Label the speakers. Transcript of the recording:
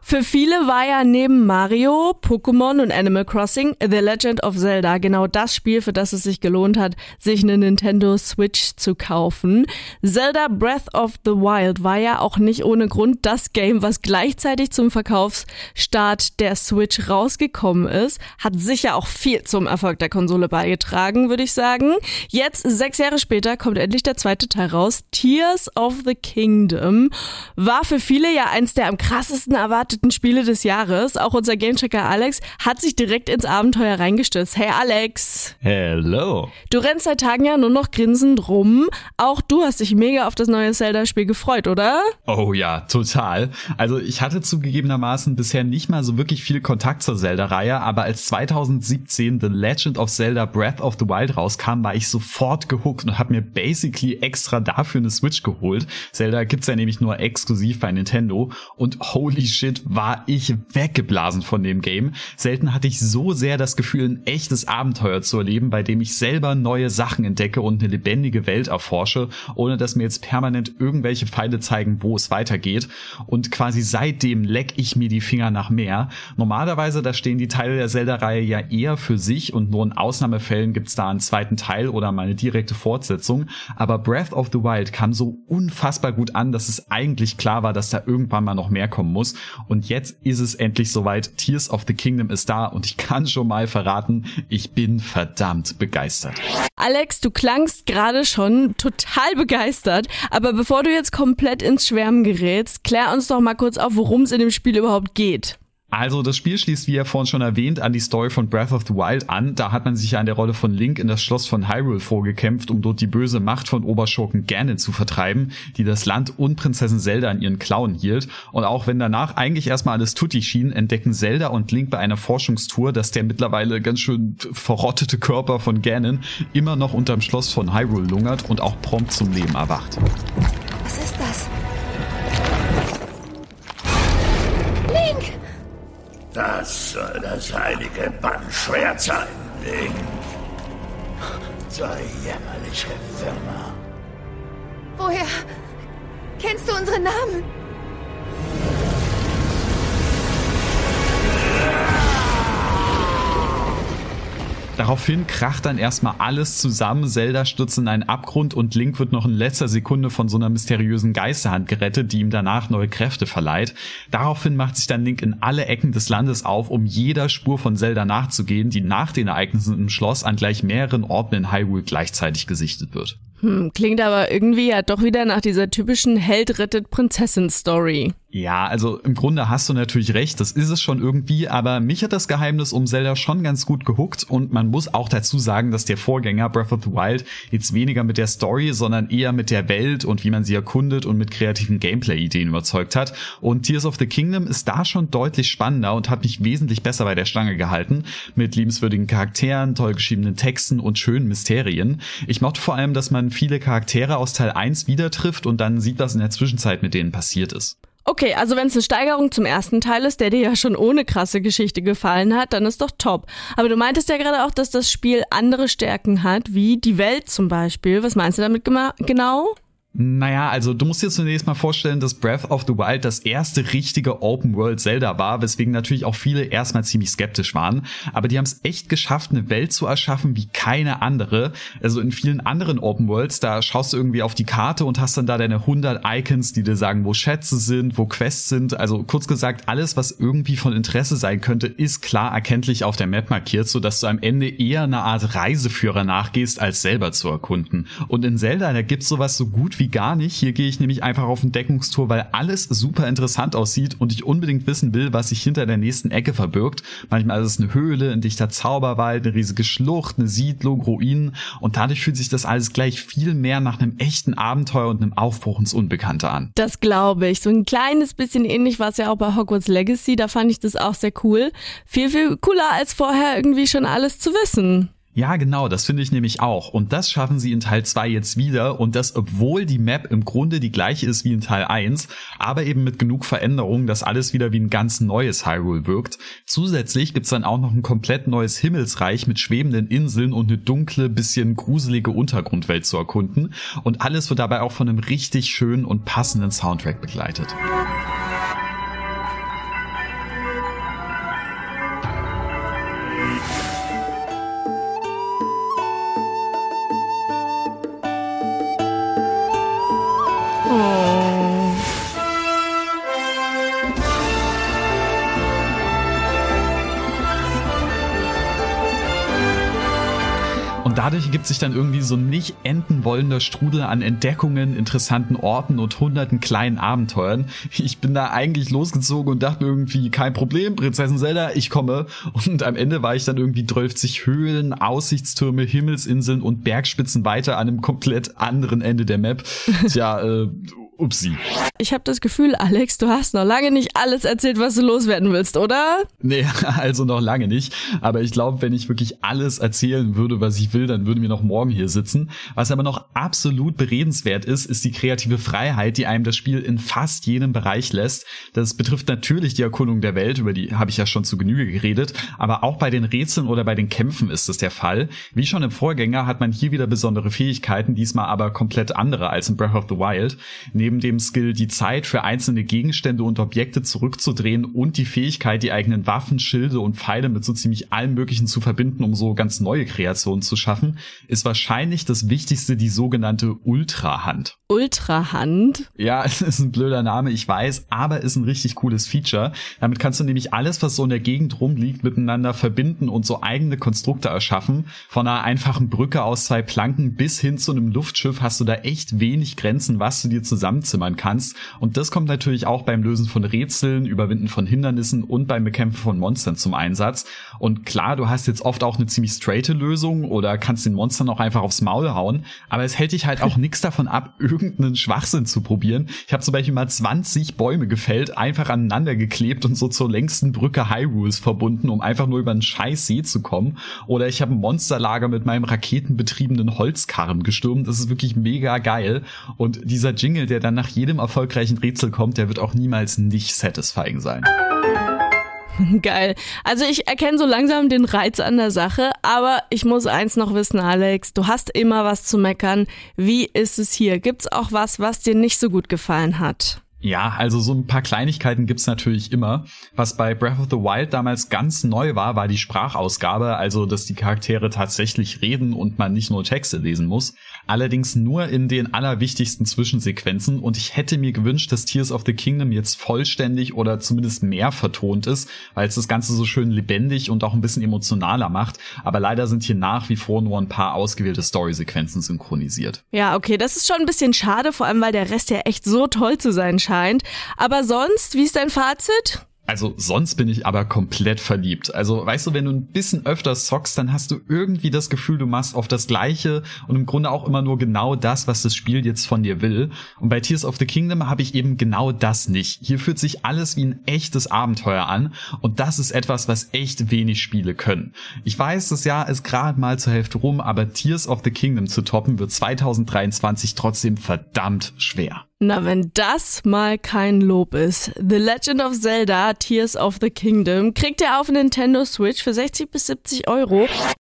Speaker 1: Für viele war ja neben Mario, Pokémon und Animal Crossing The Legend of Zelda genau das Spiel, für das es sich gelohnt hat, sich eine Nintendo Switch zu kaufen. Zelda Breath of the Wild war ja auch nicht ohne Grund das Game, was gleichzeitig zum Verkaufsstart der Switch rausgekommen ist. Hat sicher auch viel zum Erfolg der Konsole beigetragen, würde ich sagen. Jetzt, 6 Jahre später, kommt endlich der zweite Teil raus. Tears of the Kingdom war für viele ja eins der am krassesten erwarteten Spiele des Jahres. Auch unser Gamechecker Alex hat sich direkt ins Abenteuer reingestürzt. Hey Alex!
Speaker 2: Hello!
Speaker 1: Du rennst seit Tagen ja nur noch grinsend rum. Auch du hast dich mega auf das neue Zelda-Spiel gefreut, oder?
Speaker 2: Oh ja, total. Also ich hatte zugegebenermaßen bisher nicht mal so wirklich viel Kontakt zur Zelda-Reihe, aber als 2017 The Legend of Zelda Breath of the Wild rauskam, war ich sofort gehuckt und habe mir basically extra dafür eine Switch geholt. Zelda gibt's ja nämlich nur exklusiv bei Nintendo und holy shit, war ich weggeblasen von dem Game. Selten hatte ich so sehr das Gefühl, ein echtes Abenteuer zu erleben, bei dem ich selber neue Sachen entdecke und eine lebendige Welt erforsche, ohne dass mir jetzt permanent irgendwelche Pfeile zeigen, wo es weitergeht. Und quasi seitdem leck ich mir die Finger nach mehr. Normalerweise, da stehen die Teile der Zelda-Reihe ja eher für sich und nur in Ausnahmefällen gibt's da einen zweiten Teil oder mal eine direkte Fortsetzung. Aber Breath of the Wild kam so unfassbar gut an, dass es eigentlich klar war, dass da irgendwann mal noch mehr kommen muss. Und jetzt ist es endlich soweit. Tears of the Kingdom ist da und ich kann schon mal verraten, ich bin verdammt begeistert.
Speaker 1: Alex, du klangst gerade schon total begeistert, aber bevor du jetzt komplett ins Schwärmen gerätst, klär uns doch mal kurz auf, worum es in dem Spiel überhaupt geht.
Speaker 2: Also das Spiel schließt, wie ja vorhin schon erwähnt, an die Story von Breath of the Wild an. Da hat man sich ja in der Rolle von Link in das Schloss von Hyrule vorgekämpft, um dort die böse Macht von Oberschurken Ganon zu vertreiben, die das Land und Prinzessin Zelda in ihren Klauen hielt. Und auch wenn danach eigentlich erstmal alles tutti schien, entdecken Zelda und Link bei einer Forschungstour, dass der mittlerweile ganz schön verrottete Körper von Ganon immer noch unterm Schloss von Hyrule lungert und auch prompt zum Leben erwacht.
Speaker 3: Was ist das?
Speaker 4: Das soll das heilige Bannschwert sein, Link. Sei jämmerliche Firma.
Speaker 3: Woher kennst du unsere Namen?
Speaker 2: Daraufhin kracht dann erstmal alles zusammen, Zelda stürzt in einen Abgrund und Link wird noch in letzter Sekunde von so einer mysteriösen Geisterhand gerettet, die ihm danach neue Kräfte verleiht. Daraufhin macht sich dann Link in alle Ecken des Landes auf, um jeder Spur von Zelda nachzugehen, die nach den Ereignissen im Schloss an gleich mehreren Orten in Hyrule gleichzeitig gesichtet wird.
Speaker 1: Klingt aber irgendwie ja doch wieder nach dieser typischen Held-rettet-Prinzessin-Story.
Speaker 2: Ja, also im Grunde hast du natürlich recht, das ist es schon irgendwie, aber mich hat das Geheimnis um Zelda schon ganz gut gehuckt und man muss auch dazu sagen, dass der Vorgänger Breath of the Wild jetzt weniger mit der Story, sondern eher mit der Welt und wie man sie erkundet und mit kreativen Gameplay-Ideen überzeugt hat. Und Tears of the Kingdom ist da schon deutlich spannender und hat mich wesentlich besser bei der Stange gehalten, mit liebenswürdigen Charakteren, toll geschriebenen Texten und schönen Mysterien. Ich mochte vor allem, dass man viele Charaktere aus Teil 1 wieder trifft und dann sieht, was in der Zwischenzeit mit denen passiert ist.
Speaker 1: Okay, also wenn es eine Steigerung zum ersten Teil ist, der dir ja schon ohne krasse Geschichte gefallen hat, dann ist doch top. Aber du meintest ja gerade auch, dass das Spiel andere Stärken hat, wie die Welt zum Beispiel. Was meinst du damit genau?
Speaker 2: Naja, also du musst dir zunächst mal vorstellen, dass Breath of the Wild das erste richtige Open-World-Zelda war, weswegen natürlich auch viele erstmal ziemlich skeptisch waren. Aber die haben es echt geschafft, eine Welt zu erschaffen wie keine andere. Also in vielen anderen Open-Worlds, da schaust du irgendwie auf die Karte und hast dann da deine 100 Icons, die dir sagen, wo Schätze sind, wo Quests sind. Also kurz gesagt, alles, was irgendwie von Interesse sein könnte, ist klar erkenntlich auf der Map markiert, sodass du am Ende eher eine Art Reiseführer nachgehst, als selber zu erkunden. Und in Zelda, da gibt's sowas so gut wie gar nicht. Hier gehe ich nämlich einfach auf Entdeckungstour, weil alles super interessant aussieht und ich unbedingt wissen will, was sich hinter der nächsten Ecke verbirgt. Manchmal ist es eine Höhle, ein dichter Zauberwald, eine riesige Schlucht, eine Siedlung, Ruinen und dadurch fühlt sich das alles gleich viel mehr nach einem echten Abenteuer und einem Aufbruch ins Unbekannte an.
Speaker 1: Das glaube ich. So ein kleines bisschen ähnlich war es ja auch bei Hogwarts Legacy. Da fand ich das auch sehr cool. Viel, viel cooler als vorher irgendwie schon alles zu wissen.
Speaker 2: Ja, genau, das finde ich nämlich auch. Und das schaffen sie in Teil 2 jetzt wieder. Und das, obwohl die Map im Grunde die gleiche ist wie in Teil 1, aber eben mit genug Veränderungen, dass alles wieder wie ein ganz neues Hyrule wirkt. Zusätzlich gibt's dann auch noch ein komplett neues Himmelsreich mit schwebenden Inseln und eine dunkle, bisschen gruselige Untergrundwelt zu erkunden. Und alles wird dabei auch von einem richtig schönen und passenden Soundtrack begleitet. dadurch ergibt sich dann irgendwie so ein nicht enden wollender Strudel an Entdeckungen, interessanten Orten und hunderten kleinen Abenteuern. Ich bin da eigentlich losgezogen und dachte irgendwie, kein Problem, Prinzessin Zelda, ich komme. Und am Ende war ich dann irgendwie 12 Höhlen, Aussichtstürme, Himmelsinseln und Bergspitzen weiter an einem komplett anderen Ende der Map. Tja, upsi.
Speaker 1: Ich habe das Gefühl, Alex, du hast noch lange nicht alles erzählt, was du loswerden willst, oder?
Speaker 2: Nee, also noch lange nicht. Aber ich glaube, wenn ich wirklich alles erzählen würde, was ich will, dann würden wir noch morgen hier sitzen. Was aber noch absolut beredenswert ist, ist die kreative Freiheit, die einem das Spiel in fast jedem Bereich lässt. Das betrifft natürlich die Erkundung der Welt, über die habe ich ja schon zu Genüge geredet. Aber auch bei den Rätseln oder bei den Kämpfen ist es der Fall. Wie schon im Vorgänger hat man hier wieder besondere Fähigkeiten, diesmal aber komplett andere als in Breath of the Wild. Neben dem Skill, die Zeit für einzelne Gegenstände und Objekte zurückzudrehen und die Fähigkeit, die eigenen Waffen, Schilde und Pfeile mit so ziemlich allem Möglichen zu verbinden, um so ganz neue Kreationen zu schaffen, ist wahrscheinlich das Wichtigste die sogenannte Ultrahand.
Speaker 1: Ultrahand?
Speaker 2: Ja, es ist ein blöder Name, ich weiß, aber ist ein richtig cooles Feature. Damit kannst du nämlich alles, was so in der Gegend rumliegt, miteinander verbinden und so eigene Konstrukte erschaffen. Von einer einfachen Brücke aus 2 Planken bis hin zu einem Luftschiff hast du da echt wenig Grenzen, was du dir zusammenzimmern kannst. Und das kommt natürlich auch beim Lösen von Rätseln, Überwinden von Hindernissen und beim Bekämpfen von Monstern zum Einsatz. Und klar, du hast jetzt oft auch eine ziemlich straighte Lösung oder kannst den Monstern auch einfach aufs Maul hauen, aber es hält dich halt auch nichts davon ab, irgendeinen Schwachsinn zu probieren. Ich habe zum Beispiel mal 20 Bäume gefällt, einfach aneinander geklebt und so zur längsten Brücke Hyrules verbunden, um einfach nur über einen scheiß See zu kommen. Oder ich habe ein Monsterlager mit meinem raketenbetriebenen Holzkarren gestürmt. Das ist wirklich mega geil. Und dieser Jingle, der dann nach jedem erfolgreichen Rätsel kommt, der wird auch niemals nicht satisfying sein.
Speaker 1: Geil. Also ich erkenne so langsam den Reiz an der Sache, aber ich muss eins noch wissen, Alex, du hast immer was zu meckern. Wie ist es hier? Gibt's auch was dir nicht so gut gefallen hat?
Speaker 2: Ja, also so ein paar Kleinigkeiten gibt's natürlich immer. Was bei Breath of the Wild damals ganz neu war die Sprachausgabe, also dass die Charaktere tatsächlich reden und man nicht nur Texte lesen muss. Allerdings nur in den allerwichtigsten Zwischensequenzen und ich hätte mir gewünscht, dass Tears of the Kingdom jetzt vollständig oder zumindest mehr vertont ist, weil es das Ganze so schön lebendig und auch ein bisschen emotionaler macht. Aber leider sind hier nach wie vor nur ein paar ausgewählte Storysequenzen synchronisiert.
Speaker 1: Ja, okay, das ist schon ein bisschen schade, vor allem weil der Rest ja echt so toll zu sein scheint. Aber sonst, wie ist dein Fazit?
Speaker 2: Also sonst bin ich aber komplett verliebt. Also weißt du, wenn du ein bisschen öfter zockst, dann hast du irgendwie das Gefühl, du machst oft das Gleiche und im Grunde auch immer nur genau das, was das Spiel jetzt von dir will. Und bei Tears of the Kingdom habe ich eben genau das nicht. Hier fühlt sich alles wie ein echtes Abenteuer an und das ist etwas, was echt wenig Spiele können. Ich weiß, das Jahr ist gerade mal zur Hälfte rum, aber Tears of the Kingdom zu toppen wird 2023 trotzdem verdammt schwer.
Speaker 1: Na, wenn das mal kein Lob ist. The Legend of Zelda Tears of the Kingdom kriegt ihr auf Nintendo Switch für 60 bis 70 Euro.